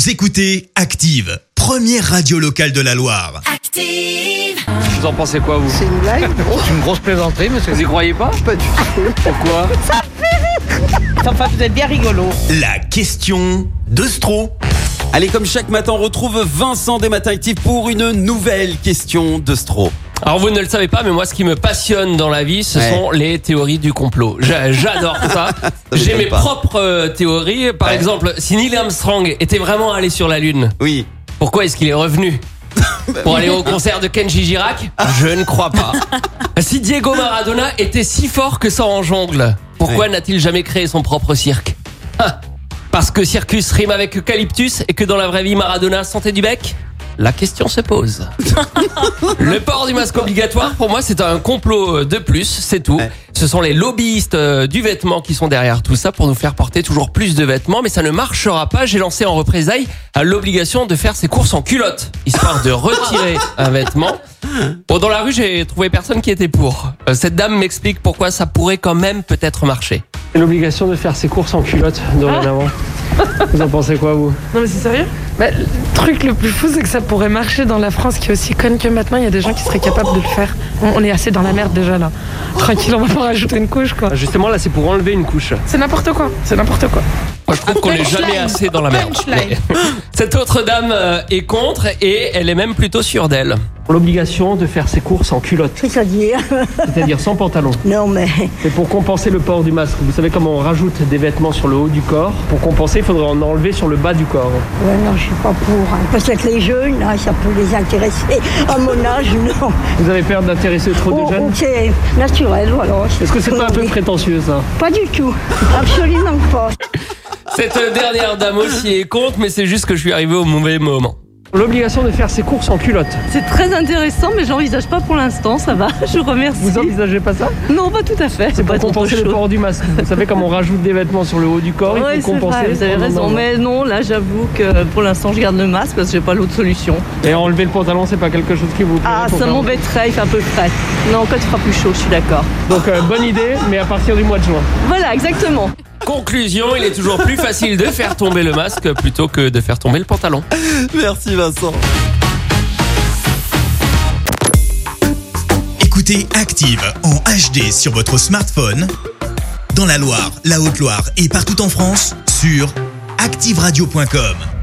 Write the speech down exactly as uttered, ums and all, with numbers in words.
Vous écoutez Active, première radio locale de la Loire. Active. Vous en pensez quoi, vous? C'est une blague? C'est une grosse plaisanterie, monsieur. Vous y croyez pas? Pas du tout. Pourquoi? Enfin, vous êtes bien rigolo. La question de Stro. Allez, comme chaque matin, on retrouve Vincent des Matins Actifs pour une nouvelle question de Stro. Alors vous ne le savez pas, mais moi ce qui me passionne dans la vie, ce Ouais. sont les théories du complot. J'a- J'adore ça. J'ai m'étonne mes pas. propres euh, théories. Par Ouais. exemple, si Neil Armstrong était vraiment allé sur la Lune, Oui. pourquoi est-ce qu'il est revenu? Pour aller au concert de Kenji Girac? Je ne crois pas. Si Diego Maradona était si fort que ça en jongle, pourquoi Ouais. n'a-t-il jamais créé son propre cirque? Ah, parce que circus rime avec eucalyptus et que dans la vraie vie Maradona sentait du bec? La question se pose. Le port du masque obligatoire, pour moi, c'est un complot de plus, c'est tout. Ouais. Ce sont les lobbyistes euh, du vêtement qui sont derrière tout ça pour nous faire porter toujours plus de vêtements, mais ça ne marchera pas. J'ai lancé en représailles à l'obligation de faire ses courses en culotte, histoire de retirer un vêtement. Bon, dans la rue, j'ai trouvé personne qui était pour. Euh, Cette dame m'explique pourquoi ça pourrait quand même peut-être marcher. L'obligation de faire ses courses en culotte dorénavant. Vous en pensez quoi, vous? Non mais c'est sérieux? Bah, le truc le plus fou c'est que ça pourrait marcher dans la France qui est aussi conne que maintenant, il y a des gens qui seraient capables de le faire. On, on est assez dans la merde déjà là. Tranquille, on va pas rajouter une couche quoi. Justement, là, c'est pour enlever une couche. C'est n'importe quoi, c'est n'importe quoi. Moi, je trouve qu'on n'est jamais assez dans la merde. Mais cette autre dame euh, est contre et elle est même plutôt sûre d'elle. L'obligation de faire ses courses en culotte, C'est-à-dire? c'est-à-dire sans pantalon. Non, mais. C'est pour compenser le port du masque. Vous savez comment on rajoute des vêtements sur le haut du corps? Pour compenser, il faudrait en enlever sur le bas du corps. Ouais, non, je suis pas pour. Hein. Peut-être les jeunes, hein, ça peut les intéresser. À mon âge, non. Vous avez peur d'intéresser trop de Oh, jeunes? c'est naturel, voilà. Est-ce que c'est pas un peu prétentieux, ça? Pas du tout. Absolument pas. Cette dernière dame aussi est contre, mais c'est juste que je suis arrivé au mauvais moment. L'obligation de faire ses courses en culotte. C'est très intéressant, mais j'envisage pas pour l'instant, ça va, je remercie. Vous envisagez pas ça? Non, pas tout à fait. C'est pour pas être compenser trop le chaud. port du masque. Vous savez comment on rajoute des vêtements sur le haut du corps? Ouais, Il faut c'est compenser. vrai, vous avez Non, non, raison. non. Mais non, là, j'avoue que pour l'instant, je garde le masque parce que j'ai pas l'autre solution. Et enlever le pantalon, c'est pas quelque chose qui vous plaît? Ah, pour ça faire- m'embêterait, il fait un peu frais. Non, quand il fera plus chaud, je suis d'accord. Donc, euh, bonne idée, mais à partir du mois de juin. Voilà, exactement. Conclusion, il est toujours plus facile de faire tomber le masque plutôt que de faire tomber le pantalon. Merci Vincent. Écoutez Active en H D sur votre smartphone, dans la Loire, la Haute-Loire et partout en France, sur active radio point com.